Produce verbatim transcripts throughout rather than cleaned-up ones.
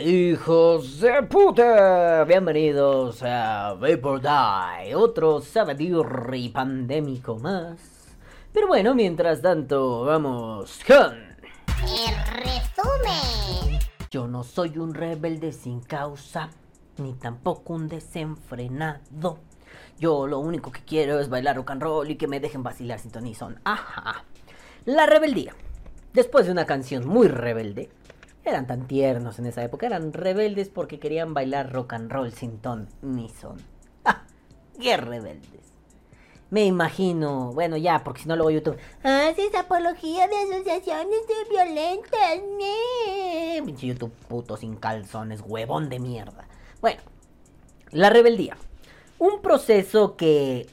Hijos de puta, bienvenidos a Vapor Die, otro sabadirri pandémico más. Pero bueno, mientras tanto, vamos con... El resumen. Yo no soy un rebelde sin causa, ni tampoco un desenfrenado. Yo lo único que quiero es bailar rock and roll y que me dejen vacilar sin ton ni son. Ajá. La rebeldía. Después de una canción muy rebelde, eran tan tiernos en esa época, eran rebeldes porque querían bailar rock and roll sin ton ni son. ¡Ah! ¡Qué rebeldes! Me imagino, bueno ya, porque si no luego YouTube... Haces apología de asociaciones de violentas, ¡nee! Pinche YouTube puto sin calzones, huevón de mierda. Bueno, la rebeldía. Un proceso que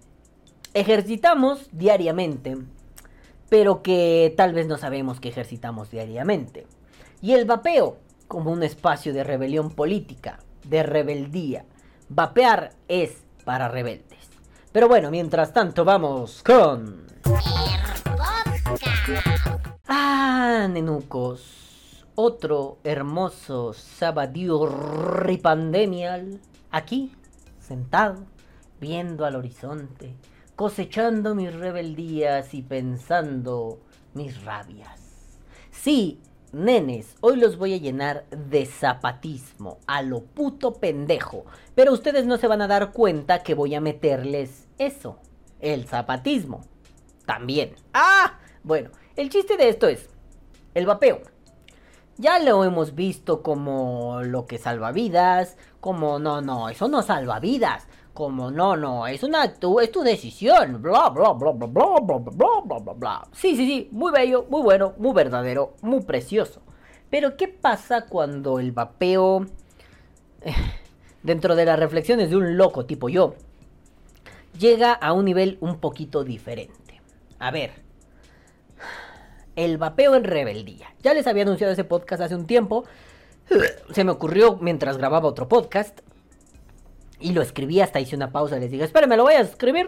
ejercitamos diariamente, pero que tal vez no sabemos que ejercitamos diariamente. Y el vapeo, como un espacio de rebelión política, de rebeldía. Vapear es para rebeldes. Pero bueno, mientras tanto vamos con... El podcast. Ah, nenucos. Otro hermoso sabadirri pandemial. Aquí, sentado, viendo al horizonte, cosechando mis rebeldías y pensando mis rabias. Sí, nenes, hoy los voy a llenar de zapatismo, a lo puto pendejo. Pero ustedes no se van a dar cuenta que voy a meterles eso, el zapatismo. También. ¡Ah! Bueno, el chiste de esto es el vapeo. Ya lo hemos visto como lo que salva vidas, como no, no, eso no salva vidas, como no, no, es una tu, es tu decisión, bla, bla, bla, bla, bla, bla, bla, bla, bla, bla. Sí, sí, sí, muy bello, muy bueno, muy verdadero, muy precioso. Pero ¿qué pasa cuando el vapeo, eh, dentro de las reflexiones de un loco tipo yo, llega a un nivel un poquito diferente? A ver. El vapeo en rebeldía. Ya les había anunciado ese podcast hace un tiempo. Se me ocurrió mientras grababa otro podcast. Y lo escribí, hasta hice una pausa y les dije, espérenme, lo voy a escribir.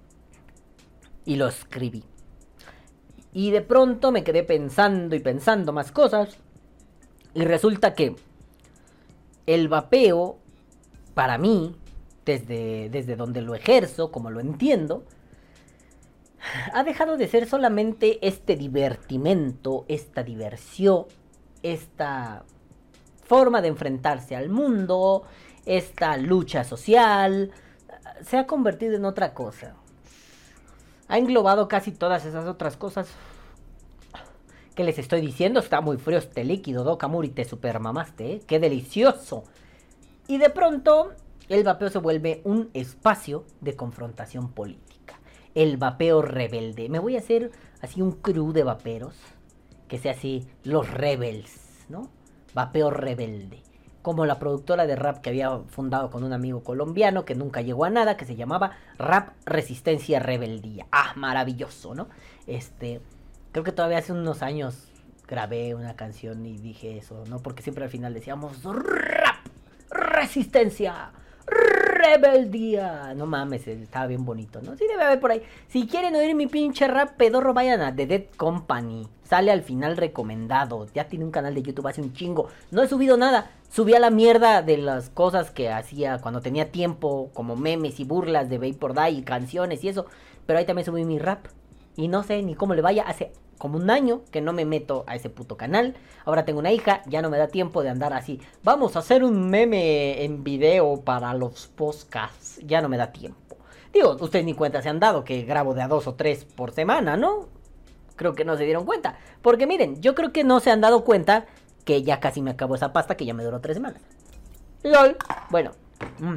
Y lo escribí. Y de pronto me quedé pensando y pensando más cosas. Y resulta que el vapeo, para mí, desde, desde donde lo ejerzo, como lo entiendo, ha dejado de ser solamente este divertimento, esta diversión, esta forma de enfrentarse al mundo, esta lucha social. Se ha convertido en otra cosa. Ha englobado casi todas esas otras cosas que les estoy diciendo. Está muy frío este líquido, Dokamuri, te supermamaste, ¿eh? ¡Qué delicioso! Y de pronto, el vapeo se vuelve un espacio de confrontación política. El vapeo rebelde. Me voy a hacer así un crew de vaperos. Que sea así, los rebels, ¿no? Vapeo rebelde. Como la productora de rap que había fundado con un amigo colombiano que nunca llegó a nada, que se llamaba Rap Resistencia Rebeldía. Ah, maravilloso, ¿no? Este, creo que todavía hace unos años grabé una canción y dije eso, ¿no? Porque siempre al final decíamos Rap Resistencia Rebeldía. No mames, estaba bien bonito, ¿no? Sí debe haber por ahí. Si quieren oír mi pinche rap pedorro, vayan a The Dead Company. Sale al final recomendado. Ya tiene un canal de YouTube hace un chingo. No he subido nada. Subí a la mierda de las cosas que hacía cuando tenía tiempo, como memes y burlas de Vapor Die y canciones y eso. Pero ahí también subí mi rap. Y no sé ni cómo le vaya. Hace como un año que no me meto a ese puto canal. Ahora tengo una hija, ya no me da tiempo de andar así. Vamos a hacer un meme en video para los podcasts. Ya no me da tiempo. Digo, ustedes ni cuenta se han dado que grabo de a dos o tres por semana, ¿no? Creo que no se dieron cuenta. Porque miren, yo creo que no se han dado cuenta que ya casi me acabó esa pasta que ya me duró tres semanas. LOL. Bueno. Mm.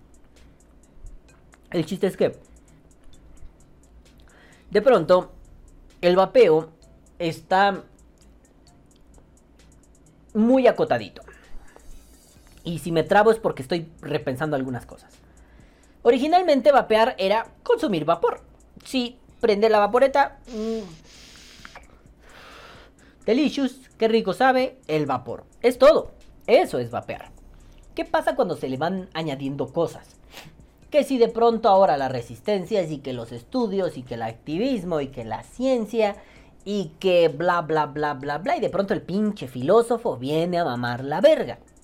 El chiste es que de pronto el vapeo está muy acotadito. Y si me trabo es porque estoy repensando algunas cosas. Originalmente vapear era consumir vapor. Sí, prende la vaporeta. Mmm, delicious, qué rico sabe el vapor. Es todo. Eso es vapear. ¿Qué pasa cuando se le van añadiendo cosas? Que si de pronto ahora la resistencia, y que los estudios, y que el activismo, y que la ciencia, y que bla bla bla bla bla, y de pronto el pinche filósofo viene a mamar la verga.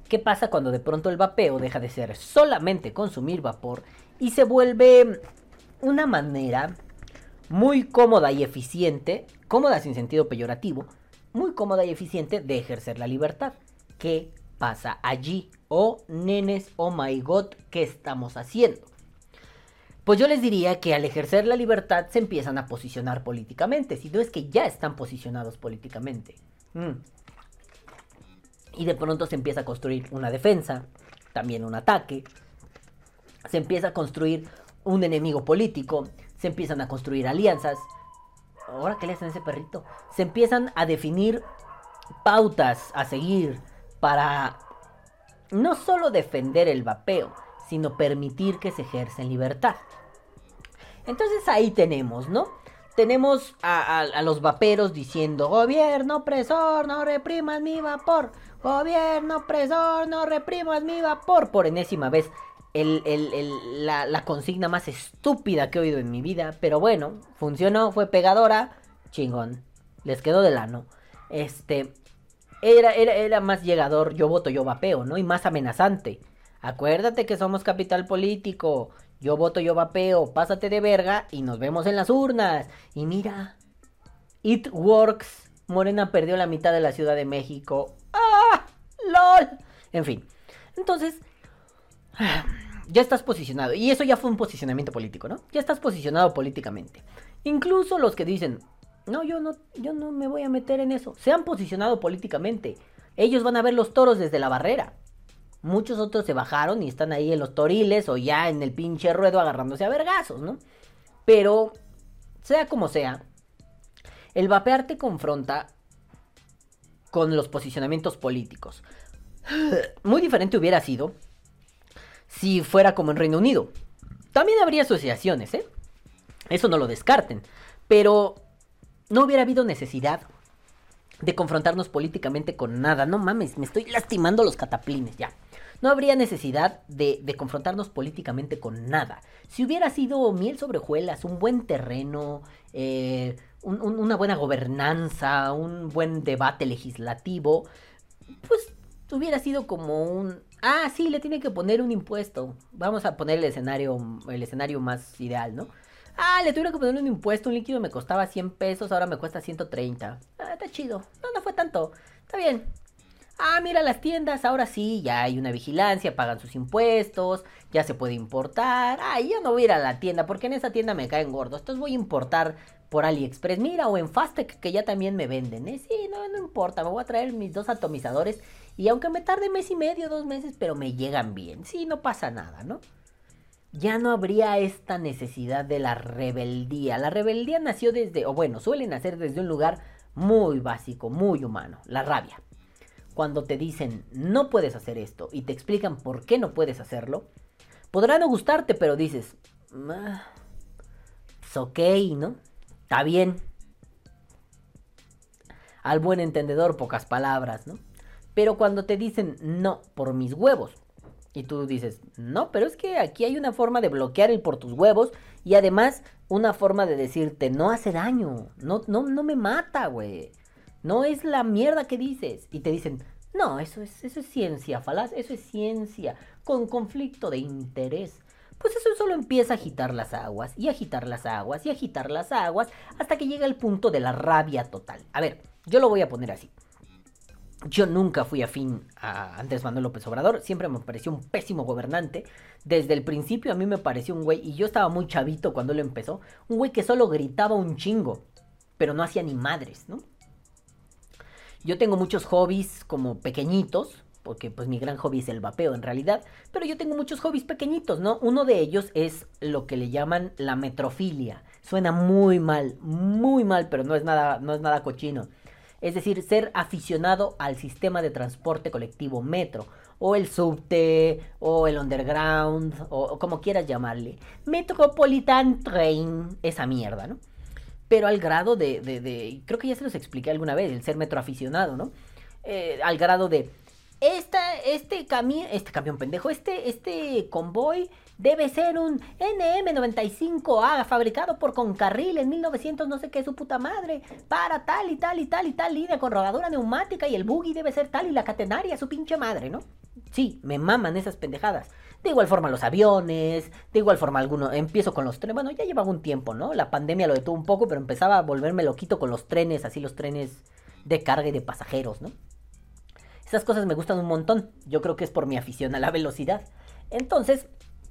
¿Qué pasa cuando de pronto el vapeo deja de ser solamente consumir vapor y se vuelve una manera muy cómoda y eficiente, cómoda sin sentido peyorativo, muy cómoda y eficiente de ejercer la libertad? ¿Qué pasa allí? Oh, nenes, oh my god, ¿qué estamos haciendo? Pues yo les diría que al ejercer la libertad se empiezan a posicionar políticamente, si no es que ya están posicionados políticamente. Mm. Y de pronto se empieza a construir una defensa, también un ataque, se empieza a construir un enemigo político, se empiezan a construir alianzas. ¿Ahora qué le hacen a ese perrito? Se empiezan a definir pautas a seguir para no solo defender el vapeo, sino permitir que se ejerza en libertad. Entonces ahí tenemos, ¿no? Tenemos a, a, a los vaperos diciendo: gobierno opresor, no reprimas mi vapor. Gobierno opresor, no reprimas mi vapor. Por enésima vez, el, el, el, la, la consigna más estúpida que he oído en mi vida. Pero bueno, funcionó, fue pegadora. Chingón, les quedó de lano. Este, era, era, era más llegador, yo voto, yo vapeo, ¿no? Y más amenazante. Acuérdate que somos capital político. Yo voto, yo vapeo, pásate de verga y nos vemos en las urnas. Y mira, it works. Morena perdió la mitad de la Ciudad de México. ¡Ah! ¡Lol! En fin, entonces, ya estás posicionado. Y eso ya fue un posicionamiento político, ¿no? Ya estás posicionado políticamente. Incluso los que dicen: no, yo no, yo no me voy a meter en eso, se han posicionado políticamente. Ellos van a ver los toros desde la barrera. Muchos otros se bajaron y están ahí en los toriles o ya en el pinche ruedo agarrándose a vergazos, ¿no? Pero, sea como sea, el vapear te confronta con los posicionamientos políticos. Muy diferente hubiera sido si fuera como en Reino Unido. También habría asociaciones, ¿eh? Eso no lo descarten. Pero no hubiera habido necesidad de confrontarnos políticamente con nada. No mames, me estoy lastimando los cataplines, ya. No habría necesidad de, de confrontarnos políticamente con nada. Si hubiera sido miel sobre hojuelas, un buen terreno, eh, un, un, una buena gobernanza, un buen debate legislativo, pues hubiera sido como un... Ah, sí, le tiene que poner un impuesto. Vamos a poner el escenario, el escenario más ideal, ¿no? Ah, le tuve que poner un impuesto, un líquido me costaba cien pesos, ahora me cuesta ciento treinta. Ah, está chido. No, no fue tanto. Está bien. Ah, mira las tiendas, ahora sí, ya hay una vigilancia, pagan sus impuestos, ya se puede importar. Ah, yo no voy a ir a la tienda porque en esa tienda me caen gordos. Entonces voy a importar por AliExpress, mira, o en Fastec que ya también me venden, ¿eh? Sí, no, no importa, me voy a traer mis dos atomizadores y aunque me tarde mes y medio, dos meses, pero me llegan bien. Sí, no pasa nada, ¿no? Ya no habría esta necesidad de la rebeldía. La rebeldía nació desde, o bueno, suele nacer desde un lugar muy básico, muy humano, la rabia. Cuando te dicen no puedes hacer esto y te explican por qué no puedes hacerlo, podrá no gustarte, pero dices, ah, es ok, ¿no? Está bien. Al buen entendedor, pocas palabras, ¿no? Pero cuando te dicen no por mis huevos, y tú dices, no, pero es que aquí hay una forma de bloquear el por tus huevos y además una forma de decirte, no hace daño, no, no, no me mata, güey. No es la mierda que dices. Y te dicen, no, eso es, eso es ciencia falaz, eso es ciencia con conflicto de interés. Pues eso solo empieza a agitar las aguas, y agitar las aguas, y agitar las aguas, hasta que llega el punto de la rabia total. A ver, yo lo voy a poner así. Yo nunca fui afín a Andrés Manuel López Obrador, siempre me pareció un pésimo gobernante. Desde el principio a mí me pareció un güey, y yo estaba muy chavito cuando él empezó, un güey que solo gritaba un chingo, pero no hacía ni madres, ¿no? Yo tengo muchos hobbies como pequeñitos, porque pues mi gran hobby es el vapeo en realidad, pero yo tengo muchos hobbies pequeñitos, ¿no? Uno de ellos es lo que le llaman la metrofilia. Suena muy mal, muy mal, pero no es nada, no es nada cochino. Es decir, ser aficionado al sistema de transporte colectivo metro, o el subte, o el underground, o, o como quieras llamarle. Metropolitan Train, esa mierda, ¿no? Pero al grado de, de, de, creo que ya se los expliqué alguna vez, el ser metroaficionado, ¿no? Eh, al grado de, esta, este camión, este camión pendejo, este, este convoy debe ser un N M noventa y cinco A fabricado por Concarril en mil novecientos no sé qué su puta madre, para tal y tal y tal y tal línea con rodadura neumática y el buggy debe ser tal y la catenaria su pinche madre, ¿no? Sí, me maman esas pendejadas. De igual forma los aviones, de igual forma algunos, empiezo con los trenes, bueno, ya llevaba un tiempo, ¿no? La pandemia lo detuvo un poco, pero empezaba a volverme loquito con los trenes, así los trenes de carga y de pasajeros, ¿no? Esas cosas me gustan un montón, yo creo que es por mi afición a la velocidad. Entonces,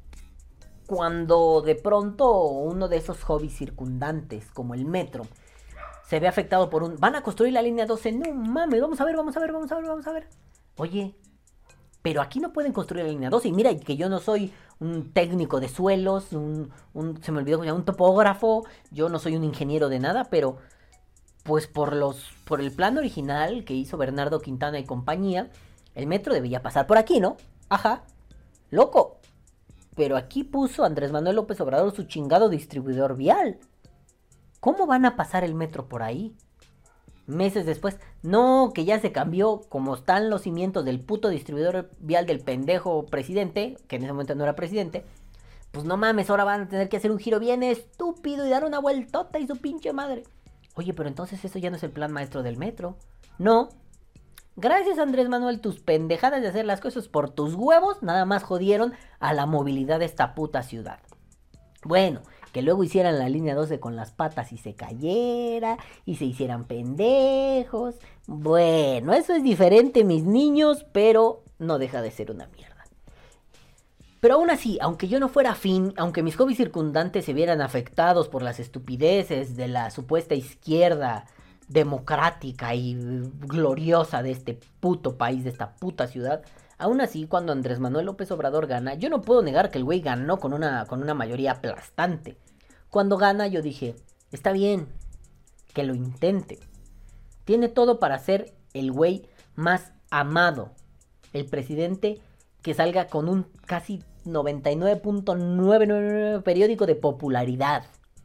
cuando de pronto uno de esos hobbies circundantes, como el metro, se ve afectado por un... Van a construir la línea doce, no mames, vamos a ver, vamos a ver, vamos a ver, vamos a ver. Oye... Pero aquí no pueden construir la línea doce. Y mira que yo no soy un técnico de suelos, un, un se me olvidó ya, un topógrafo. Yo no soy un ingeniero de nada, pero pues por los por el plan original que hizo Bernardo Quintana y compañía, el metro debía pasar por aquí, ¿no? Ajá. Loco. Pero aquí puso Andrés Manuel López Obrador su chingado distribuidor vial. ¿Cómo van a pasar el metro por ahí? Meses después, no, que ya se cambió, como están los cimientos del puto distribuidor vial del pendejo presidente, que en ese momento no era presidente, pues no mames, ahora van a tener que hacer un giro bien estúpido y dar una vueltota y su pinche madre. Oye, pero entonces eso ya no es el plan maestro del metro. No. Gracias, Andrés Manuel, tus pendejadas de hacer las cosas por tus huevos, nada más jodieron a la movilidad de esta puta ciudad. Bueno, que luego hicieran la línea doce con las patas y se cayera, y se hicieran pendejos. Bueno, eso es diferente, mis niños, pero no deja de ser una mierda. Pero aún así, aunque yo no fuera afín, aunque mis hobbies circundantes se vieran afectados por las estupideces de la supuesta izquierda democrática y gloriosa de este puto país, de esta puta ciudad, aún así, cuando Andrés Manuel López Obrador gana, yo no puedo negar que el güey ganó con una, con una mayoría aplastante. Cuando gana yo dije, está bien, que lo intente. Tiene todo para ser el güey más amado. El presidente que salga con un casi noventa y nueve punto novecientos noventa y nueve periódico de popularidad.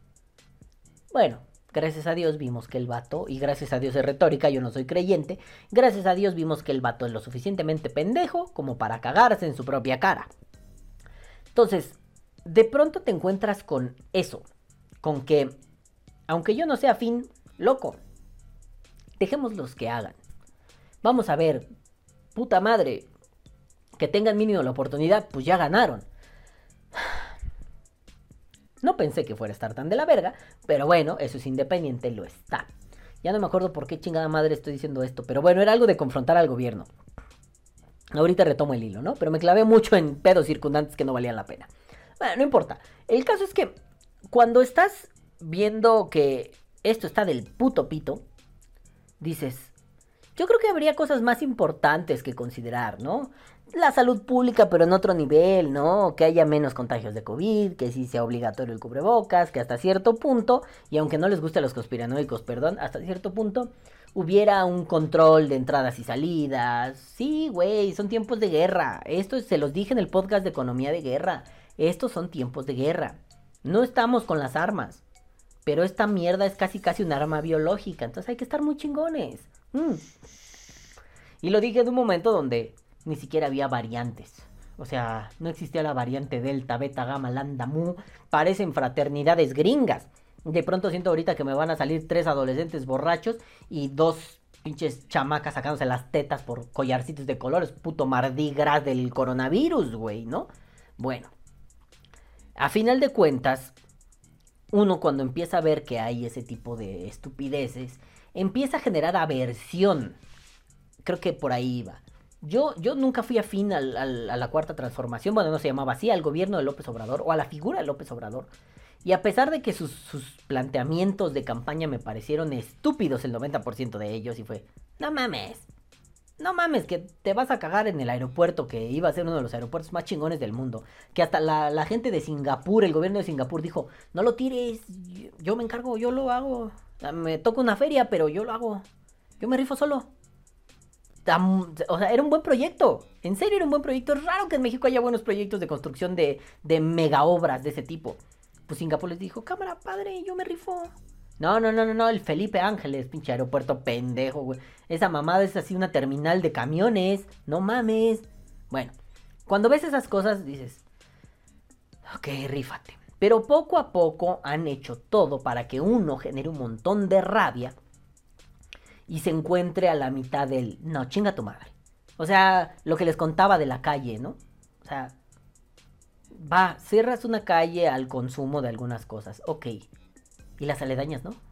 Bueno, gracias a Dios vimos que el vato, y gracias a Dios es retórica, yo no soy creyente, gracias a Dios vimos que el vato es lo suficientemente pendejo como para cagarse en su propia cara. Entonces, de pronto te encuentras con eso, con que, aunque yo no sea afín, loco, dejémoslos que hagan. Vamos a ver, puta madre, que tengan mínimo la oportunidad, pues ya ganaron. No pensé que fuera a estar tan de la verga, pero bueno, eso es independiente, lo está. Ya no me acuerdo por qué chingada madre estoy diciendo esto, pero bueno, era algo de confrontar al gobierno. Ahorita retomo el hilo, ¿no? Pero me clavé mucho en pedos circundantes que no valían la pena. Bueno, no importa. El caso es que cuando estás viendo que esto está del puto pito, dices, yo creo que habría cosas más importantes que considerar, ¿no? La salud pública, pero en otro nivel, ¿no? Que haya menos contagios de COVID, que sí sea obligatorio el cubrebocas, que hasta cierto punto, y aunque no les guste a los conspiranoicos, perdón, hasta cierto punto, hubiera un control de entradas y salidas. Sí, güey, son tiempos de guerra. Esto se los dije en el podcast de Economía de Guerra. Estos son tiempos de guerra. No estamos con las armas, pero esta mierda es casi casi un arma biológica, entonces hay que estar muy chingones. Mm. Y lo dije en un momento donde ni siquiera había variantes. O sea, no existía la variante Delta, Beta, Gamma, Lambda, Mu. Parecen fraternidades gringas. De pronto siento ahorita que me van a salir tres adolescentes borrachos y dos pinches chamacas sacándose las tetas por collarcitos de colores. Puto Mardi Gras del coronavirus, güey, ¿no? Bueno. A final de cuentas, uno cuando empieza a ver que hay ese tipo de estupideces, empieza a generar aversión. Creo que por ahí iba. Yo, yo nunca fui afín al, al, a la cuarta transformación, bueno, no se llamaba así, al gobierno de López Obrador, o a la figura de López Obrador. Y a pesar de que sus, sus planteamientos de campaña me parecieron estúpidos, el noventa por ciento de ellos, y fue, no mames, no mames, que te vas a cagar en el aeropuerto, que iba a ser uno de los aeropuertos más chingones del mundo. Que hasta la, la gente de Singapur, el gobierno de Singapur dijo, no lo tires, yo, yo me encargo, yo lo hago. Me toca una feria, pero yo lo hago. Yo me rifo solo. O sea, era un buen proyecto. En serio, era un buen proyecto. Es raro que en México haya buenos proyectos de construcción de, de mega obras de ese tipo. Pues Singapur les dijo, cámara, padre, yo me rifo. No, no, no, no, no, el Felipe Ángeles, pinche aeropuerto pendejo, güey. Esa mamada es así una terminal de camiones. No mames. Bueno, cuando ves esas cosas dices, ok, rífate. Pero poco a poco han hecho todo para que uno genere un montón de rabia y se encuentre a la mitad del, no, chinga tu madre. O sea, lo que les contaba de la calle, ¿no? O sea, va, cierras una calle al consumo de algunas cosas, ok. ¿Y las aledañas, no?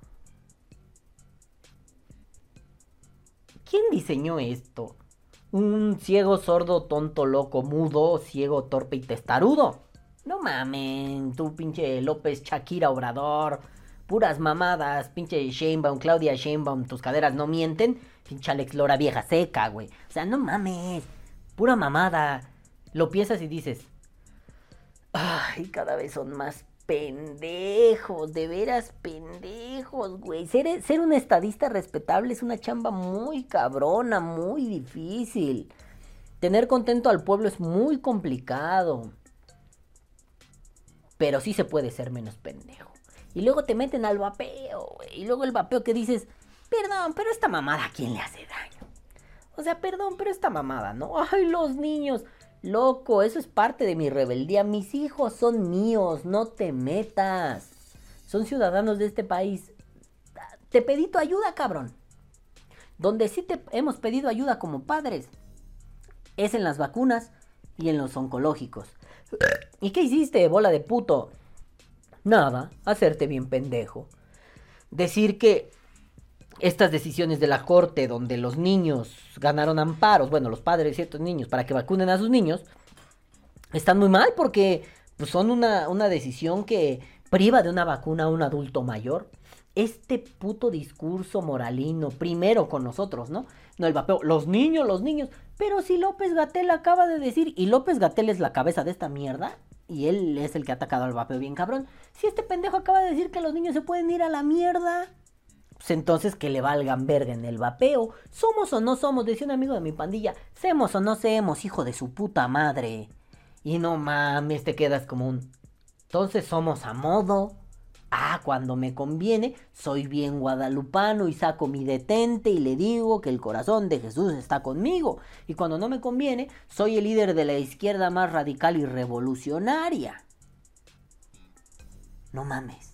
¿Quién diseñó esto? ¿Un ciego, sordo, tonto, loco, mudo, ciego, torpe y testarudo? No mamen, tú pinche López, Shakira, Obrador, puras mamadas, pinche Sheinbaum, Claudia Sheinbaum, tus caderas no mienten, pinche Alex Lora vieja seca, güey. O sea, no mames, pura mamada. Lo piensas y dices, ay, cada vez son más pendejos, de veras pendejos, güey. Ser, ser un estadista respetable es una chamba muy cabrona, muy difícil. Tener contento al pueblo es muy complicado. Pero sí se puede ser menos pendejo. Y luego te meten al vapeo, güey. Y luego el vapeo que dices, perdón, pero esta mamada, ¿a quién le hace daño? O sea, perdón, pero esta mamada, ¿no? Ay, los niños. Loco, eso es parte de mi rebeldía. Mis hijos son míos, no te metas. Son ciudadanos de este país. Te pedí tu ayuda, cabrón. Donde sí te hemos pedido ayuda como padres es en las vacunas y en los oncológicos. ¿Y qué hiciste, bola de puto? Nada, hacerte bien pendejo. Decir que estas decisiones de la corte donde los niños ganaron amparos, bueno, los padres de ciertos niños, para que vacunen a sus niños, están muy mal porque pues, son una, una decisión que priva de una vacuna a un adulto mayor. Este puto discurso moralino, primero con nosotros, ¿no? No el vapeo, los niños, los niños. Pero si López-Gatell acaba de decir, y López-Gatell es la cabeza de esta mierda, y él es el que ha atacado al vapeo bien cabrón. Si este pendejo acaba de decir que los niños se pueden ir a la mierda, pues entonces que le valgan verga en el vapeo. Somos o no somos, decía un amigo de mi pandilla, semos o no seamos, hijo de su puta madre. Y no mames, te quedas como un... Entonces somos a modo. Ah, cuando me conviene, soy bien guadalupano y saco mi detente y le digo que el corazón de Jesús está conmigo. Y cuando no me conviene, soy el líder de la izquierda más radical y revolucionaria. No mames.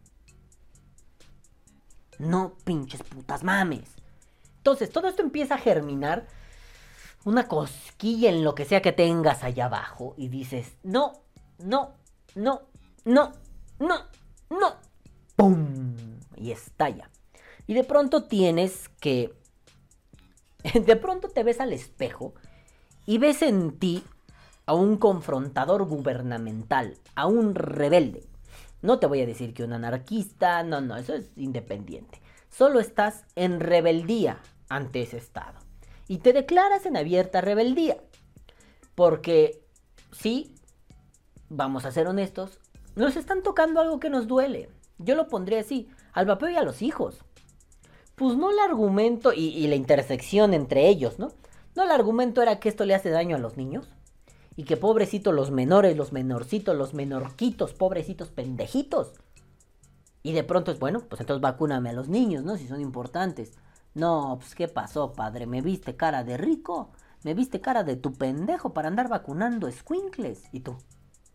No pinches putas mames. Entonces, todo esto empieza a germinar una cosquilla en lo que sea que tengas allá abajo. Y dices, no, no, no, no, no. No, ¡pum! Y estalla. Y de pronto tienes que... De pronto te ves al espejo y ves en ti a un confrontador gubernamental, a un rebelde. No te voy a decir que un anarquista, no, no, eso es independiente. Solo estás en rebeldía ante ese estado. Y te declaras en abierta rebeldía. Porque, sí, vamos a ser honestos, nos están tocando algo que nos duele. Yo lo pondré así, al vapeo y a los hijos. Pues no el argumento y, y la intersección entre ellos, ¿no? No el argumento era que esto le hace daño a los niños. Y que pobrecitos los menores, los menorcitos, los menorquitos, pobrecitos pendejitos. Y de pronto es, bueno, pues entonces vacúname a los niños, ¿no? Si son importantes. No, pues ¿qué pasó, padre? ¿Me viste cara de rico? ¿Me viste cara de tu pendejo para andar vacunando escuincles? ¿Y tú?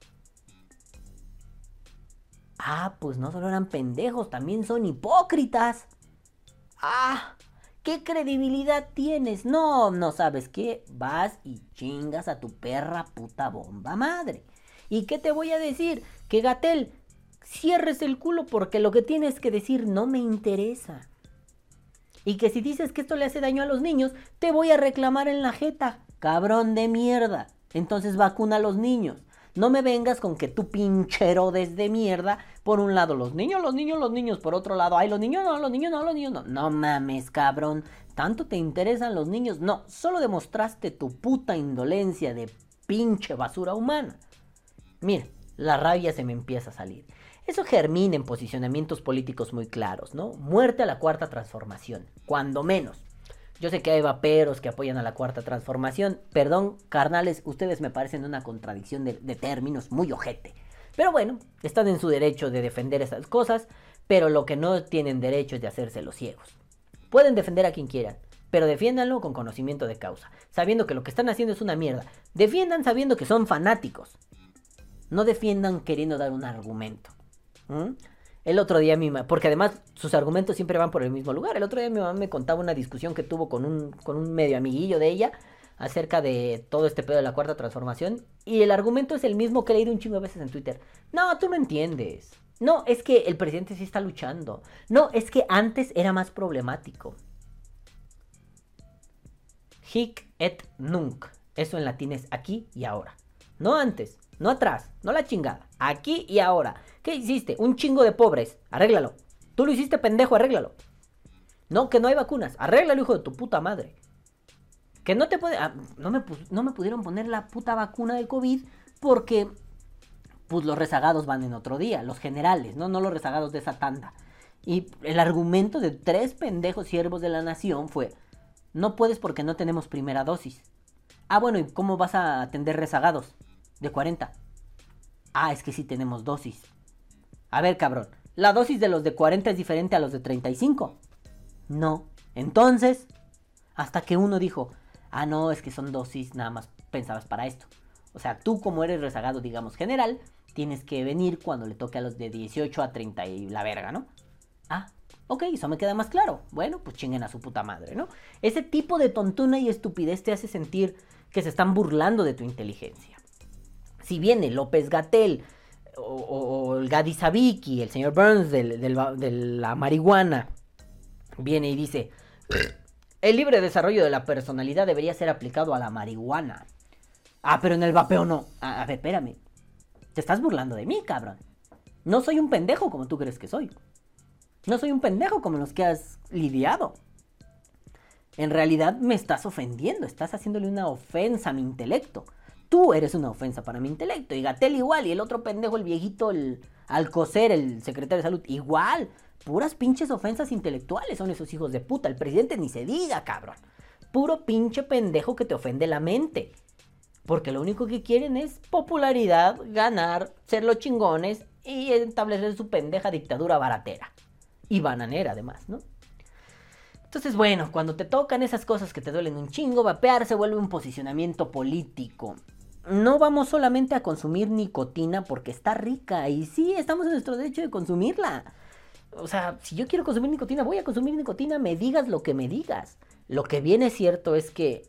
Ah, pues no solo eran pendejos, también son hipócritas. Ah, ¿qué credibilidad tienes? No, no sabes qué, vas y chingas a tu perra puta bomba madre. ¿Y qué te voy a decir? Que Gatell, cierres el culo porque lo que tienes que decir no me interesa. Y que si dices que esto le hace daño a los niños, te voy a reclamar en la jeta, cabrón de mierda. Entonces vacuna a los niños. No me vengas con que tú pinchero desde mierda. Por un lado los niños, los niños, los niños. Por otro lado, ay, los niños no, los niños no, los niños no. No mames, cabrón. ¿Tanto te interesan los niños? No, solo demostraste tu puta indolencia de pinche basura humana. Mira, la rabia se me empieza a salir. Eso germina en posicionamientos políticos muy claros, ¿no? Muerte a la cuarta transformación, cuando menos. Yo sé que hay vaperos que apoyan a la cuarta transformación. Perdón, carnales, ustedes me parecen una contradicción de, de términos muy ojete. Pero bueno, están en su derecho de defender esas cosas, pero lo que no tienen derecho es de hacerse los ciegos. Pueden defender a quien quieran, pero defiéndanlo con conocimiento de causa, sabiendo que lo que están haciendo es una mierda. Defiendan sabiendo que son fanáticos. No defiendan queriendo dar un argumento. ¿Mm? El otro día mi mamá, porque además sus argumentos siempre van por el mismo lugar. El otro día mi mamá me contaba una discusión que tuvo con un, con un medio amiguillo de ella. acerca de todo este pedo de la cuarta transformación. Y el argumento es el mismo que he leído un chingo de veces en Twitter. No, tú no entiendes. No, es que el presidente sí está luchando. No, es que antes era más problemático. Hic et nunc. Eso en latín es aquí y ahora. No antes, no atrás, no la chingada. Aquí y ahora. ¿Qué hiciste? Un chingo de pobres. Arréglalo. Tú lo hiciste, pendejo, arréglalo. No, que no hay vacunas. Arréglalo, hijo de tu puta madre. Que no te puede... Ah, no, me, no me pudieron poner la puta vacuna del COVID porque... Pues los rezagados van en otro día. Los generales, ¿no? No los rezagados de esa tanda. Y el argumento de tres pendejos siervos de la nación fue... No puedes porque no tenemos primera dosis. Ah, bueno, ¿y cómo vas a atender rezagados? De cuarenta. Ah, es que sí tenemos dosis. A ver, cabrón. ¿La dosis de los de cuarenta es diferente a los de treinta y cinco? No. Entonces, hasta que uno dijo... Ah, no, es que son dosis nada más pensadas para esto. O sea, tú como eres rezagado, digamos, general, tienes que venir cuando le toque a los de dieciocho a treinta y la verga, ¿no? Ah, ok, eso me queda más claro. Bueno, pues chinguen a su puta madre, ¿no? Ese tipo de tontuna y estupidez te hace sentir que se están burlando de tu inteligencia. Si viene López-Gatell o, o, o el Gadi Sabiki, el señor Burns del, del, de la marihuana, viene y dice... El libre desarrollo de la personalidad debería ser aplicado a la marihuana. Ah, pero en el vapeo no. A, a ver, espérame. Te estás burlando de mí, cabrón. No soy un pendejo como tú crees que soy. No soy un pendejo como los que has lidiado. En realidad me estás ofendiendo. Estás haciéndole una ofensa a mi intelecto. Tú eres una ofensa para mi intelecto. Y Gatell igual. Y el otro pendejo, el viejito, el Alcocer, el secretario de salud, igual. Puras pinches ofensas intelectuales son esos hijos de puta. El presidente ni se diga, cabrón. Puro pinche pendejo que te ofende la mente. Porque lo único que quieren es popularidad, ganar, ser los chingones y establecer su pendeja dictadura baratera. Y bananera además, ¿no? Entonces, bueno, cuando te tocan esas cosas que te duelen un chingo, vapear se vuelve un posicionamiento político. No vamos solamente a consumir nicotina porque está rica. Y sí, estamos en nuestro derecho de consumirla. O sea, si yo quiero consumir nicotina, voy a consumir nicotina, me digas lo que me digas. Lo que viene cierto es que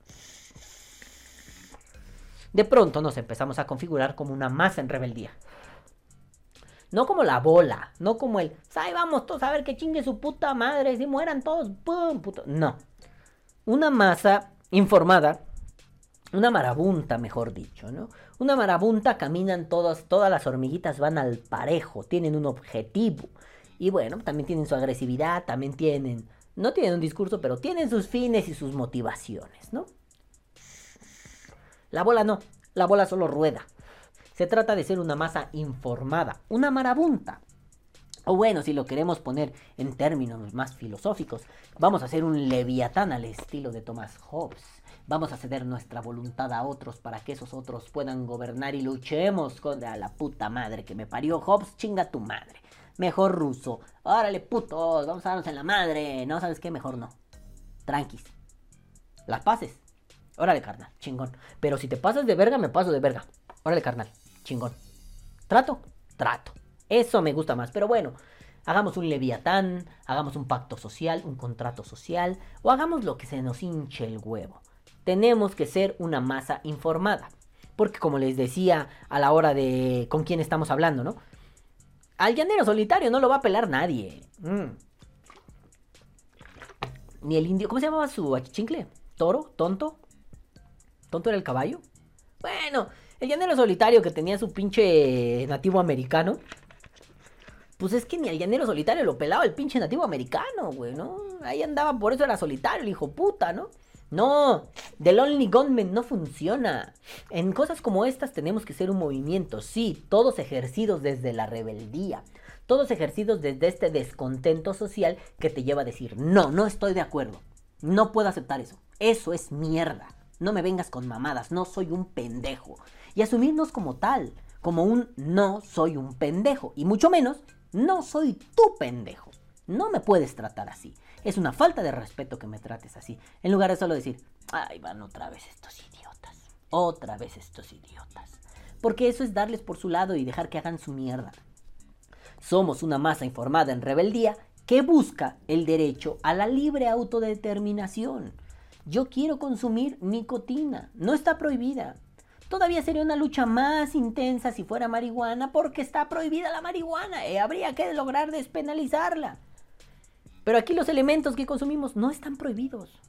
de pronto nos empezamos a configurar como una masa en rebeldía. No como la bola, no como el, ay, vamos todos a ver que chingue su puta madre, si mueran todos, pum, puto. No. Una masa informada, una marabunta, mejor dicho, ¿no? Una marabunta, caminan todas, todas las hormiguitas van al parejo, tienen un objetivo. Y bueno, también tienen su agresividad, también tienen... No tienen un discurso, pero tienen sus fines y sus motivaciones, ¿no? La bola no, la bola solo rueda. Se trata de ser una masa informada, una marabunta. O bueno, si lo queremos poner en términos más filosóficos, vamos a hacer un leviatán al estilo de Thomas Hobbes. Vamos a ceder nuestra voluntad a otros para que esos otros puedan gobernar y luchemos contra la puta madre que me parió. Hobbes, chinga tu madre. Mejor ruso. Órale, putos, vamos a darnos en la madre. No, ¿sabes qué? Mejor no. Tranquis. Las pases. Órale, carnal, chingón. Pero si te pasas de verga, me paso de verga. Órale, carnal, chingón. ¿Trato? Trato. Eso me gusta más. Pero bueno, hagamos un leviatán, hagamos un pacto social, un contrato social, o hagamos lo que se nos hinche el huevo. Tenemos que ser una masa informada. Porque como les decía a la hora de con quién estamos hablando, ¿no? Al llanero solitario no lo va a pelar nadie. Mm. Ni el indio. ¿Cómo se llamaba su achichincle? ¿Toro? ¿Tonto? ¿Tonto era el caballo? Bueno, el llanero solitario que tenía su pinche nativo americano. Pues es que ni al llanero solitario lo pelaba el pinche nativo americano, güey, ¿no? Ahí andaba, por eso era solitario, el hijo puta, ¿no? No, The Lonely Gunman no funciona. En cosas como estas tenemos que ser un movimiento, sí, todos ejercidos desde la rebeldía, todos ejercidos desde este descontento social que te lleva a decir, no, no estoy de acuerdo, no puedo aceptar eso, eso es mierda, no me vengas con mamadas, no soy un pendejo. Y asumirnos como tal, como un no soy un pendejo, y mucho menos, no soy tu pendejo. No me puedes tratar así. Es una falta de respeto que me trates así. En lugar de solo decir, ay, van otra vez estos idiotas. Otra vez estos idiotas. Porque eso es darles por su lado y dejar que hagan su mierda. Somos una masa informada en rebeldía que busca el derecho a la libre autodeterminación. Yo quiero consumir nicotina. No está prohibida. Todavía sería una lucha más intensa si fuera marihuana, porque está prohibida la marihuana. Eh, habría que lograr despenalizarla. Pero aquí los elementos que consumimos no están prohibidos.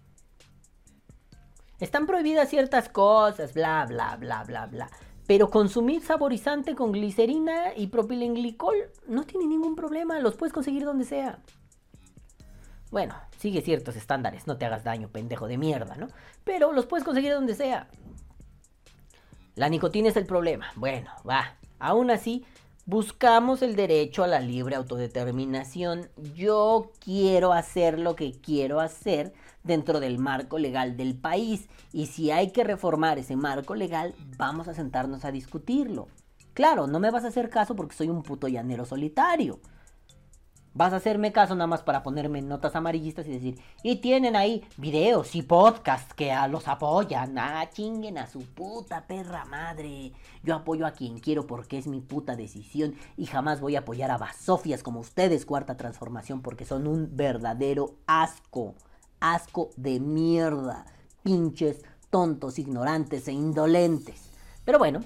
Están prohibidas ciertas cosas, bla, bla, bla, bla, bla. Pero consumir saborizante con glicerina y propilenglicol no tiene ningún problema. Los puedes conseguir donde sea. Bueno, sigue ciertos estándares. No te hagas daño, pendejo de mierda, ¿no? Pero los puedes conseguir donde sea. La nicotina es el problema. Bueno, va. Aún así, buscamos el derecho a la libre autodeterminación. Yo quiero hacer lo que quiero hacer dentro del marco legal del país. Y si hay que reformar ese marco legal, vamos a sentarnos a discutirlo. Claro, no me vas a hacer caso porque soy un puto llanero solitario. Vas a hacerme caso nada más para ponerme notas amarillistas y decir, y tienen ahí videos y podcasts que a los apoyan. Ah, chinguen a su puta perra madre. Yo apoyo a quien quiero porque es mi puta decisión y jamás voy a apoyar a basofias como ustedes, Cuarta Transformación, porque son un verdadero asco. Asco de mierda. Pinches, tontos, ignorantes e indolentes. Pero bueno,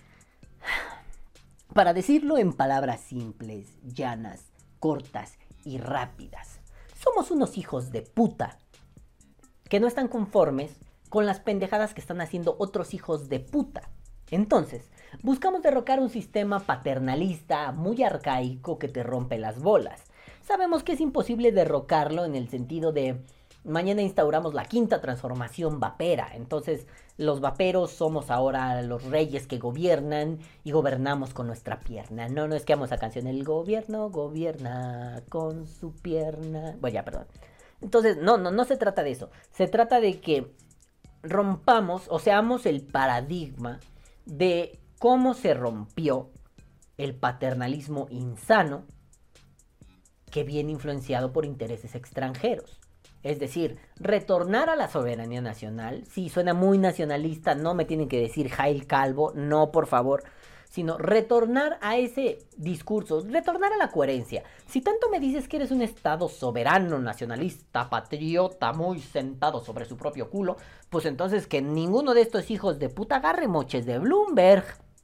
para decirlo en palabras simples, llanas, cortas y rápidas, somos unos hijos de puta que no están conformes con las pendejadas que están haciendo otros hijos de puta. Entonces, buscamos derrocar un sistema paternalista muy arcaico que te rompe las bolas. Sabemos que es imposible derrocarlo en el sentido de mañana instauramos la quinta transformación vapera. Entonces, los vaperos somos ahora los reyes que gobiernan y gobernamos con nuestra pierna. No, no es que amo esa canción. El gobierno gobierna con su pierna. Bueno, ya, perdón. Entonces, no, no, no se trata de eso. Se trata de que rompamos o seamos el paradigma de cómo se rompió el paternalismo insano que viene influenciado por intereses extranjeros. Es decir, retornar a la soberanía nacional. Sí, suena muy nacionalista, no me tienen que decir Jail Calvo, no, por favor. Sino retornar a ese discurso, retornar a la coherencia. Si tanto me dices que eres un estado soberano, nacionalista, patriota, muy sentado sobre su propio culo, pues entonces que ninguno de estos hijos de puta agarre moches de Bloomberg.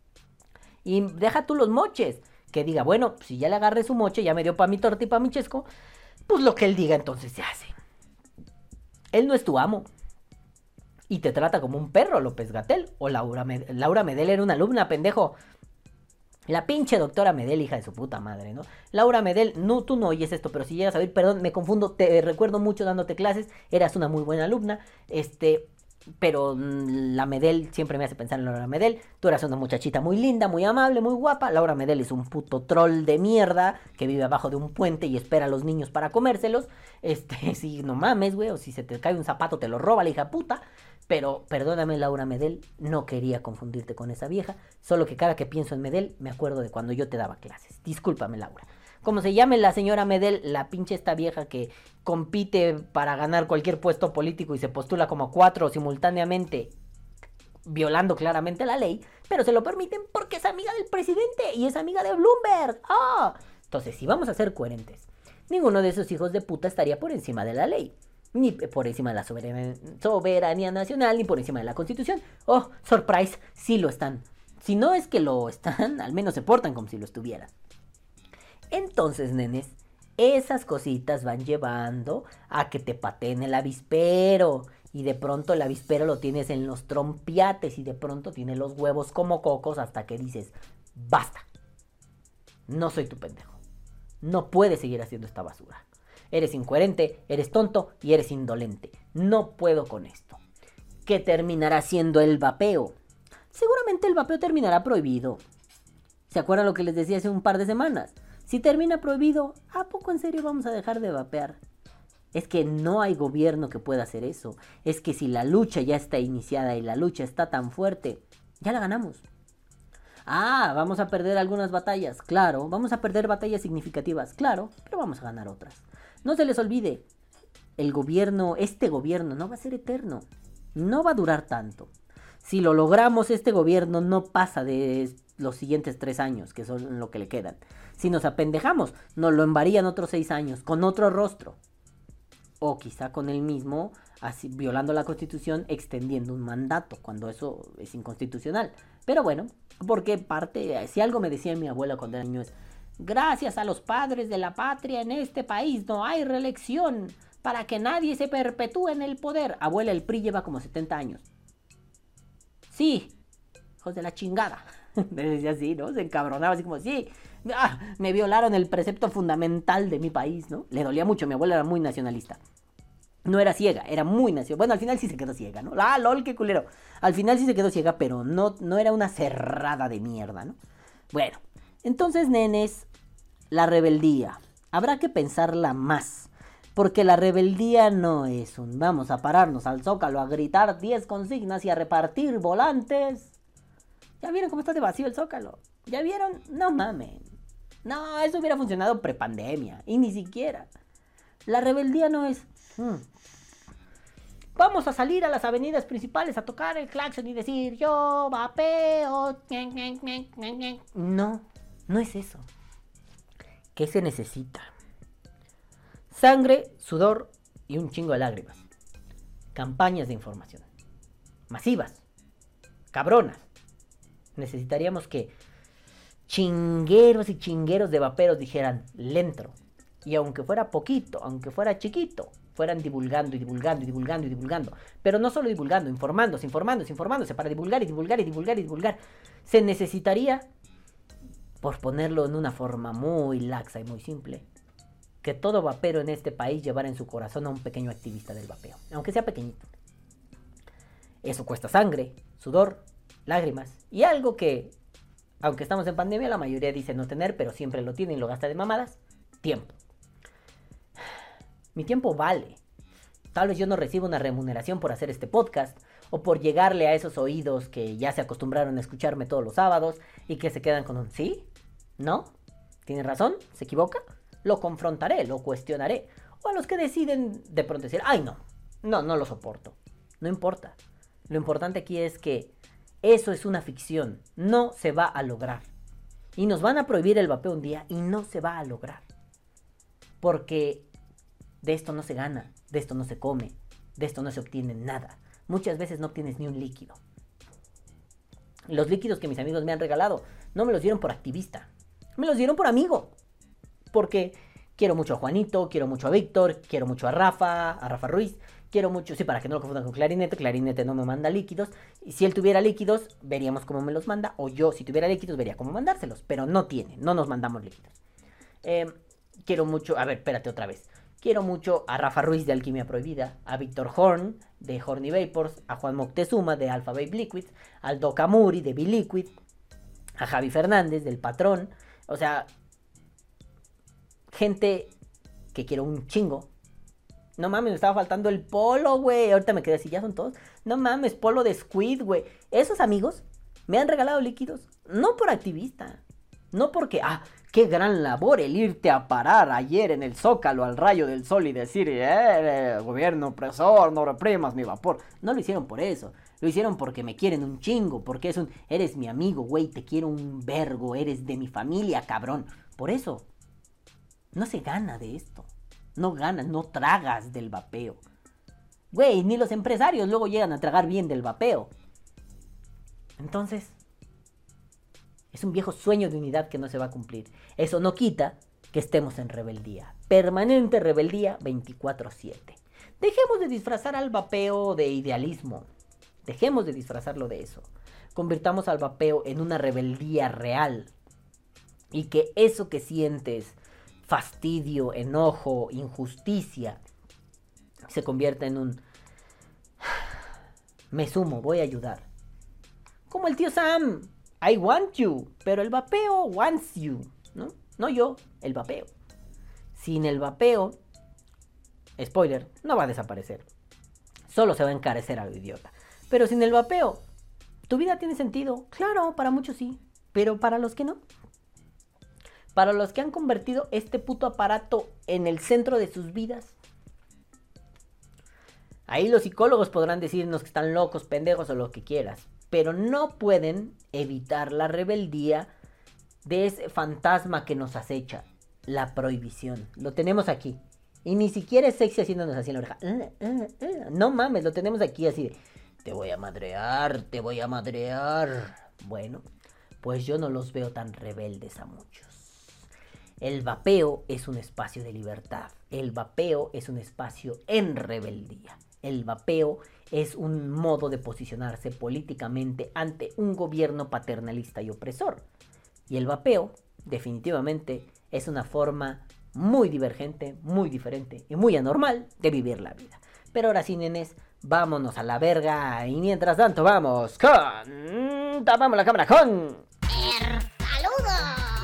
Y deja tú los moches. Que diga, bueno, si ya le agarré su moche, ya me dio pa' mi torta y pa' mi chesco, pues lo que él diga entonces se hace. Él no es tu amo. Y te trata como un perro, López-Gatell. O Laura, Med- Laura Medel era una alumna, pendejo. La pinche doctora Medel, hija de su puta madre, ¿no? Laura Medel, no, tú no oyes esto, pero si llegas a oír, perdón, me confundo, te recuerdo mucho dándote clases, eras una muy buena alumna, este, pero mmm, la Medel siempre me hace pensar en Laura Medel. Tú eras una muchachita muy linda, muy amable, muy guapa. Laura Medel es un puto troll de mierda que vive abajo de un puente y espera a los niños para comérselos. Este, sí, no mames, güey, o si se te cae un zapato te lo roba la hija puta. Pero, perdóname, Laura Medel, no quería confundirte con esa vieja. Solo que cada que pienso en Medel, me acuerdo de cuando yo te daba clases. Discúlpame, Laura. Como se llame la señora Medel, la pinche esta vieja que compite para ganar cualquier puesto político y se postula como cuatro simultáneamente, violando claramente la ley, pero se lo permiten porque es amiga del presidente y es amiga de Bloomberg. ¡Ah! Entonces, si vamos a ser coherentes, ninguno de esos hijos de puta estaría por encima de la ley. Ni por encima de la soberanía, soberanía nacional, ni por encima de la Constitución. Oh, surprise, sí lo están. Si no es que lo están, al menos se portan como si lo estuvieran. Entonces, nenes, esas cositas van llevando a que te pateen el avispero. Y de pronto el avispero lo tienes en los trompiates y de pronto tiene los huevos como cocos hasta que dices, basta. No soy tu pendejo. No puedes seguir haciendo esta basura. Eres incoherente, eres tonto y eres indolente. No puedo con esto. ¿Qué terminará siendo el vapeo? Seguramente el vapeo terminará prohibido. ¿Se acuerdan lo que les decía hace un par de semanas? Si termina prohibido, ¿a poco en serio vamos a dejar de vapear? Es que no hay gobierno que pueda hacer eso. Es que si la lucha ya está iniciada y la lucha está tan fuerte, ya la ganamos. Ah, vamos a perder algunas batallas, claro. Vamos a perder batallas significativas, claro, pero vamos a ganar otras. No se les olvide, el gobierno, este gobierno no va a ser eterno, no va a durar tanto. Si lo logramos, este gobierno no pasa de los siguientes tres años, que son lo que le quedan. Si nos apendejamos, nos lo envarían otros seis años, con otro rostro. O quizá con él mismo, así, violando la Constitución, extendiendo un mandato, cuando eso es inconstitucional. Pero bueno, porque parte, si algo me decía mi abuela cuando era niño es, gracias a los padres de la patria en este país no hay reelección para que nadie se perpetúe en el poder. Abuela, el P R I lleva como setenta años. Sí, hijos de la chingada. Me decía así, ¿no? Se encabronaba así como, sí, ah, me violaron el precepto fundamental de mi país, ¿no? Le dolía mucho, mi abuela era muy nacionalista. No era ciega, era muy nacionalista. Bueno, al final sí se quedó ciega, ¿no? Ah, lol, qué culero. Al final sí se quedó ciega, pero no, no era una cerrada de mierda, ¿no? Bueno, entonces, nenes, la rebeldía. Habrá que pensarla más. Porque la rebeldía no es un vamos a pararnos al Zócalo a gritar diez consignas y a repartir volantes. ¿Ya vieron cómo está de vacío el Zócalo? ¿Ya vieron? No mamen. No, eso hubiera funcionado prepandemia. Y ni siquiera. La rebeldía no es... Hmm, vamos a salir a las avenidas principales a tocar el claxon y decir yo vapeo. No, no es eso. ¿Qué se necesita? Sangre, sudor y un chingo de lágrimas. Campañas de información. Masivas. Cabronas. Necesitaríamos que chingueros y chingueros de vaperos dijeran lento. Y aunque fuera poquito, aunque fuera chiquito, fueran divulgando y divulgando y divulgando y divulgando. Pero no solo divulgando, informándose, informándose, informándose para divulgar y divulgar y divulgar y divulgar. Se necesitaría, por ponerlo en una forma muy laxa y muy simple, que todo vapero en este país llevara en su corazón a un pequeño activista del vapeo, aunque sea pequeñito. Eso cuesta sangre, sudor, lágrimas y algo que, aunque estamos en pandemia, la mayoría dice no tener, pero siempre lo tiene y lo gasta de mamadas: tiempo. Mi tiempo vale. Tal vez yo no recibo una remuneración por hacer este podcast o por llegarle a esos oídos que ya se acostumbraron a escucharme todos los sábados y que se quedan con un ¿sí? ¿No? ¿Tiene razón? ¿Se equivoca? Lo confrontaré, lo cuestionaré. O a los que deciden de pronto decir, ay no, no, no lo soporto. No importa. Lo importante aquí es que eso es una ficción. No se va a lograr. Y nos van a prohibir el vapeo un día y no se va a lograr. Porque de esto no se gana, de esto no se come, de esto no se obtiene nada. Muchas veces no obtienes ni un líquido. Los líquidos que mis amigos me han regalado no me los dieron por activista. Me los dieron por amigo. Porque quiero mucho a Juanito, quiero mucho a Víctor, quiero mucho a Rafa, a Rafa Ruiz. Quiero mucho, sí, para que no lo confundan con Clarinete. Clarinete no me manda líquidos. Y si él tuviera líquidos, veríamos cómo me los manda. O yo, si tuviera líquidos, vería cómo mandárselos. Pero no tiene, no nos mandamos líquidos. Eh, quiero mucho, a ver, espérate otra vez. Quiero mucho a Rafa Ruiz de Alquimia Prohibida, a Víctor Horn de Horny Vapors, a Juan Moctezuma de Alpha Vape Liquids, al Doc Amuri de B-Liquid, a Javi Fernández del Patrón. O sea, gente que quiero un chingo. No mames, me estaba faltando el Polo, güey. Ahorita me quedé así, ya son todos. No mames, Polo de Squid, güey. Esos amigos me han regalado líquidos, no por activista, no porque, ah, qué gran labor el irte a parar ayer en el Zócalo al rayo del sol y decir, eh, gobierno opresor, no reprimas mi vapor. No lo hicieron por eso. Lo hicieron porque me quieren un chingo, porque es un, eres mi amigo, güey, te quiero un vergo, eres de mi familia, cabrón. Por eso, no se gana de esto. No ganas, no tragas del vapeo. Güey, ni los empresarios luego llegan a tragar bien del vapeo. Entonces, es un viejo sueño de unidad que no se va a cumplir. Eso no quita que estemos en rebeldía. Permanente rebeldía veinticuatro siete. Dejemos de disfrazar al vapeo de idealismo. Dejemos de disfrazarlo de eso. Convirtamos al vapeo en una rebeldía real. Y que eso que sientes, fastidio, enojo, injusticia, se convierta en un me sumo, voy a ayudar. Como el tío Sam, I want you, pero el vapeo wants you, ¿no? No yo, el vapeo. Sin el vapeo, spoiler, no va a desaparecer. Solo se va a encarecer a lo idiota. Pero sin el vapeo, ¿tu vida tiene sentido? Claro, para muchos sí, pero para los que no. Para los que han convertido este puto aparato en el centro de sus vidas. Ahí los psicólogos podrán decirnos que están locos, pendejos o lo que quieras. Pero no pueden evitar la rebeldía de ese fantasma que nos acecha. La prohibición. Lo tenemos aquí. Y ni siquiera es sexy haciéndonos así en la oreja. Uh, uh, uh. No mames, lo tenemos aquí así de... Te voy a madrear, te voy a madrear. Bueno, pues yo no los veo tan rebeldes a muchos. El vapeo es un espacio de libertad. El vapeo es un espacio en rebeldía. El vapeo es un modo de posicionarse políticamente ante un gobierno paternalista y opresor. Y el vapeo, definitivamente, es una forma muy divergente, muy diferente y muy anormal de vivir la vida. Pero ahora sí, nenes, vámonos a la verga. Y mientras tanto, vamos con... Tapamos la cámara con... El saludo.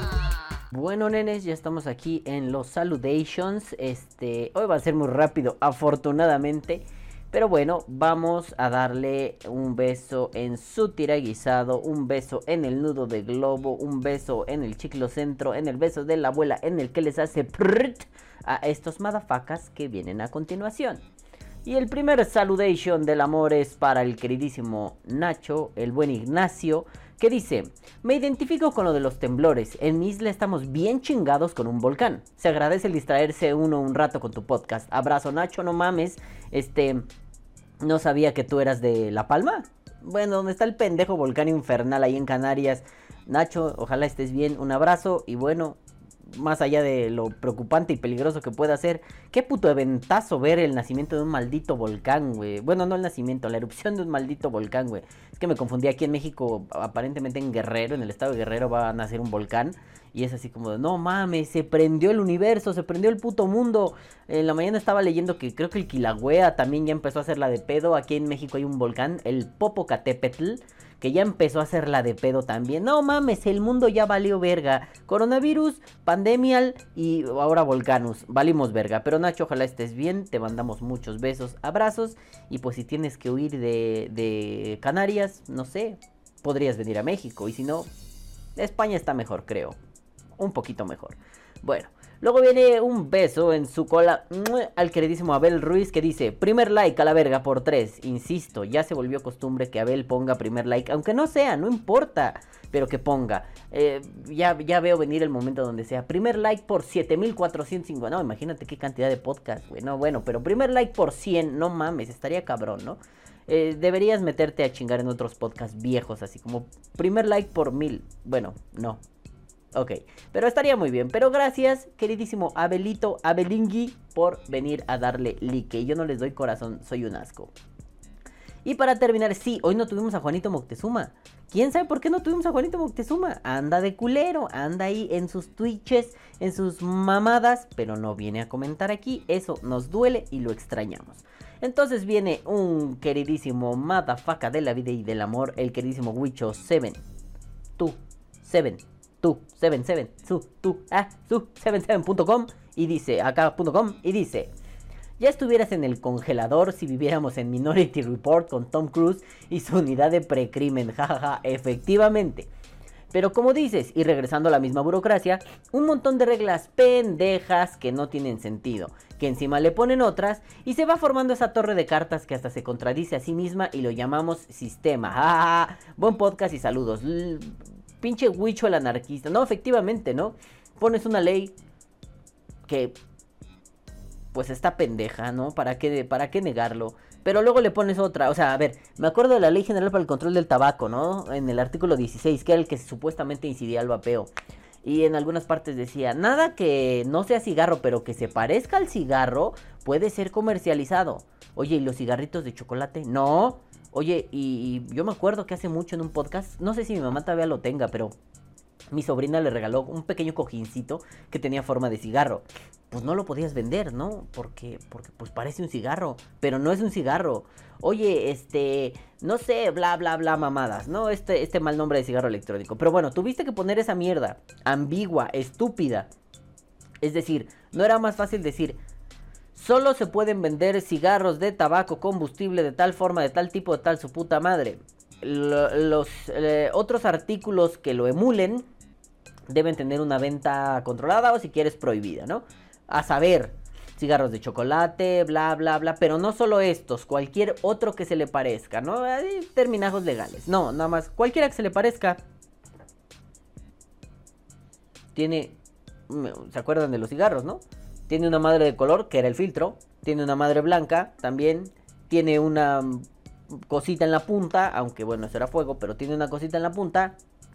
Bueno, nenes, ya estamos aquí en los saludations. Este, hoy va a ser muy rápido, afortunadamente. Pero bueno, vamos a darle un beso en su tiraguisado, un beso en el nudo de globo, un beso en el chiclocentro, en el beso de la abuela, en el que les hace prrrt a estos madafacas que vienen a continuación. Y el primer saludation del amor es para el queridísimo Nacho, el buen Ignacio, que dice: me identifico con lo de los temblores, en mi isla estamos bien chingados con un volcán. Se agradece el distraerse uno un rato con tu podcast. Abrazo, Nacho, no mames, este, no sabía que tú eras de La Palma. Bueno, donde está el pendejo volcán infernal ahí en Canarias. Nacho, ojalá estés bien, un abrazo y bueno... Más allá de lo preocupante y peligroso que pueda ser, qué puto eventazo ver el nacimiento de un maldito volcán, güey. Bueno, no el nacimiento, la erupción de un maldito volcán, güey. Es que me confundí, aquí en México, aparentemente en Guerrero, en el estado de Guerrero va a nacer un volcán. Y es así como de, no mames, se prendió el universo, se prendió el puto mundo. En la mañana estaba leyendo que creo que el Kilauea también ya empezó a hacer la de pedo. Aquí en México hay un volcán, el Popocatépetl, que ya empezó a hacer la de pedo también. No mames, el mundo ya valió verga. Coronavirus, pandemial y ahora volcanus. Valimos verga. Pero Nacho, ojalá estés bien. Te mandamos muchos besos, abrazos. Y pues si tienes que huir de, de Canarias, no sé, podrías venir a México. Y si no, España está mejor, creo. Un poquito mejor. Bueno, luego viene un beso en su cola al queridísimo Abel Ruiz, que dice: primer like a la verga por tres. Insisto, ya se volvió costumbre que Abel ponga primer like, aunque no sea, no importa, pero que ponga. eh, ya, ya veo venir el momento donde sea primer like por siete mil cuatrocientos cincuenta. No, imagínate qué cantidad de podcast, güey. No, bueno, pero primer like por cien, no mames, estaría cabrón, ¿no? Eh, deberías meterte a chingar en otros podcasts viejos, así como primer like por mil. Bueno, no. Ok, pero estaría muy bien. Pero gracias, queridísimo Abelito, Abelingui, por venir a darle like. Yo no les doy corazón, soy un asco. Y para terminar, sí, hoy no tuvimos a Juanito Moctezuma. ¿Quién sabe por qué no tuvimos a Juanito Moctezuma? Anda de culero, anda ahí en sus twitches, en sus mamadas, pero no viene a comentar aquí. Eso nos duele y lo extrañamos. Entonces viene un queridísimo motherfucker de la vida y del amor, el queridísimo Wicho Seven. Tú, Seven. Tú, seven, seven, su, tú, ah, su, setenta y siete punto com y dice, acá punto com y dice: ya estuvieras en el congelador si viviéramos en Minority Report con Tom Cruise y su unidad de precrimen, jajaja, efectivamente. Pero como dices, y regresando a la misma burocracia, un montón de reglas pendejas que no tienen sentido, que encima le ponen otras y se va formando esa torre de cartas que hasta se contradice a sí misma y lo llamamos sistema. Jajaja, buen podcast y saludos. L Pinche Wicho el anarquista. No, efectivamente, ¿no? Pones una ley que pues está pendeja, ¿no? ¿Para qué, para qué negarlo? Pero luego le pones otra. O sea, a ver, me acuerdo de la Ley General para el Control del Tabaco, ¿no? En el artículo dieciséis, que era el que supuestamente incidía al vapeo. Y en algunas partes decía: nada que no sea cigarro, pero que se parezca al cigarro, puede ser comercializado. Oye, ¿y los cigarritos de chocolate? No. Oye, y, y yo me acuerdo que hace mucho en un podcast, no sé si mi mamá todavía lo tenga, pero mi sobrina le regaló un pequeño cojincito que tenía forma de cigarro. Pues no lo podías vender, ¿no? Porque, porque pues parece un cigarro, pero no es un cigarro. Oye, este, no sé, bla, bla, bla, mamadas, ¿no? Este, este mal nombre de cigarro electrónico. Pero bueno, tuviste que poner esa mierda ambigua, estúpida. Es decir, ¿no era más fácil decir: solo se pueden vender cigarros de tabaco combustible de tal forma, de tal tipo, de tal su puta madre? L los eh, otros artículos que lo emulen deben tener una venta controlada o si quieres prohibida, ¿no? A saber, cigarros de chocolate, bla, bla, bla. Pero no solo estos, cualquier otro que se le parezca, ¿no? Hay terminajos legales. No, nada más, cualquiera que se le parezca. Tiene... ¿Se acuerdan de los cigarros, no? Tiene una madre de color, que era el filtro. Tiene una madre blanca también. Tiene una cosita en la punta, aunque bueno, eso era fuego, pero tiene una cosita en la punta.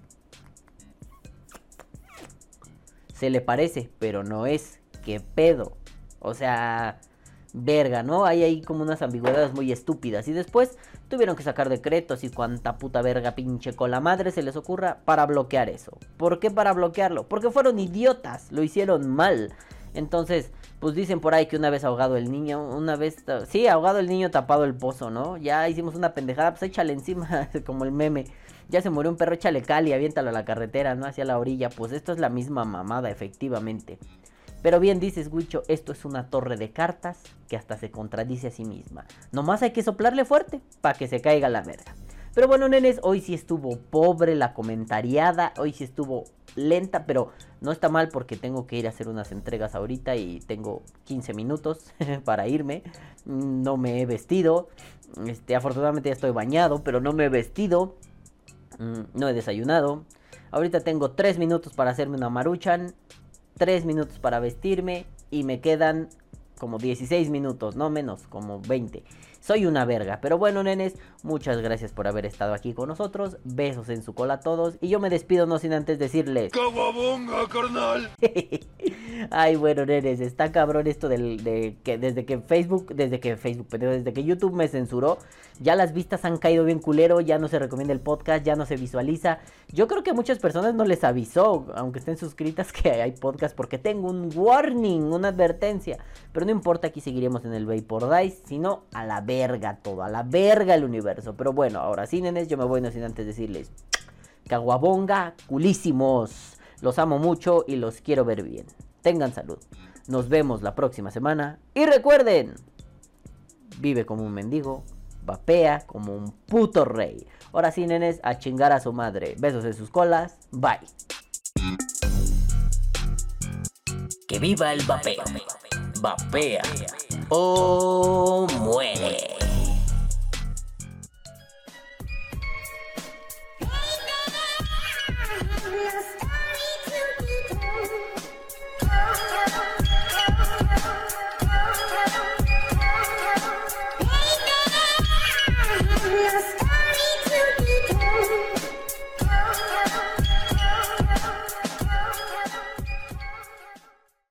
Se le parece, pero no es. ¿Qué pedo? O sea, verga, ¿no? Hay ahí como unas ambigüedades muy estúpidas. Y después tuvieron que sacar decretos y cuanta puta verga pinche cola madre se les ocurra para bloquear eso. ¿Por qué para bloquearlo? Porque fueron idiotas, lo hicieron mal. Entonces, pues dicen por ahí que una vez ahogado el niño, una vez... Sí, ahogado el niño, tapado el pozo, ¿no? Ya hicimos una pendejada, pues échale encima, como el meme. Ya se murió un perro, échale cal y aviéntalo a la carretera, ¿no? Hacia la orilla. Pues esto es la misma mamada, efectivamente. Pero bien dices, Huicho, esto es una torre de cartas que hasta se contradice a sí misma. Nomás hay que soplarle fuerte para que se caiga la verga. Pero bueno, nenes, hoy sí estuvo pobre la comentariada, hoy sí estuvo lenta, pero no está mal porque tengo que ir a hacer unas entregas ahorita y tengo quince minutos para irme. No me he vestido, este, afortunadamente ya estoy bañado, pero no me he vestido, no he desayunado. Ahorita tengo tres minutos para hacerme una maruchan, tres minutos para vestirme y me quedan como dieciséis minutos, no menos, como veinte. Soy una verga, pero bueno, nenes, muchas gracias por haber estado aquí con nosotros. Besos en su cola a todos. Y yo me despido no sin antes decirles... ¡Caguabonga, carnal! Ay, bueno, nenes, está cabrón esto del, de que desde que Facebook, desde que Facebook, pero desde que YouTube me censuró, ya las vistas han caído bien culero, ya no se recomienda el podcast, ya no se visualiza. Yo creo que a muchas personas no les avisó, aunque estén suscritas, que hay podcast, porque tengo un warning, una advertencia. Pero no importa, aquí seguiremos en el Vapor Dice, sino a la verga todo, a la verga el universo. Pero bueno, ahora sí, nenes, yo me voy no sin antes decirles... Caguabonga, culísimos. Los amo mucho y los quiero ver bien. Tengan salud. Nos vemos la próxima semana. Y recuerden, vive como un mendigo, vapea como un puto rey. Ahora sí, nenes, a chingar a su madre. Besos en sus colas. Bye. Que viva el vapeo. Vapea o muere.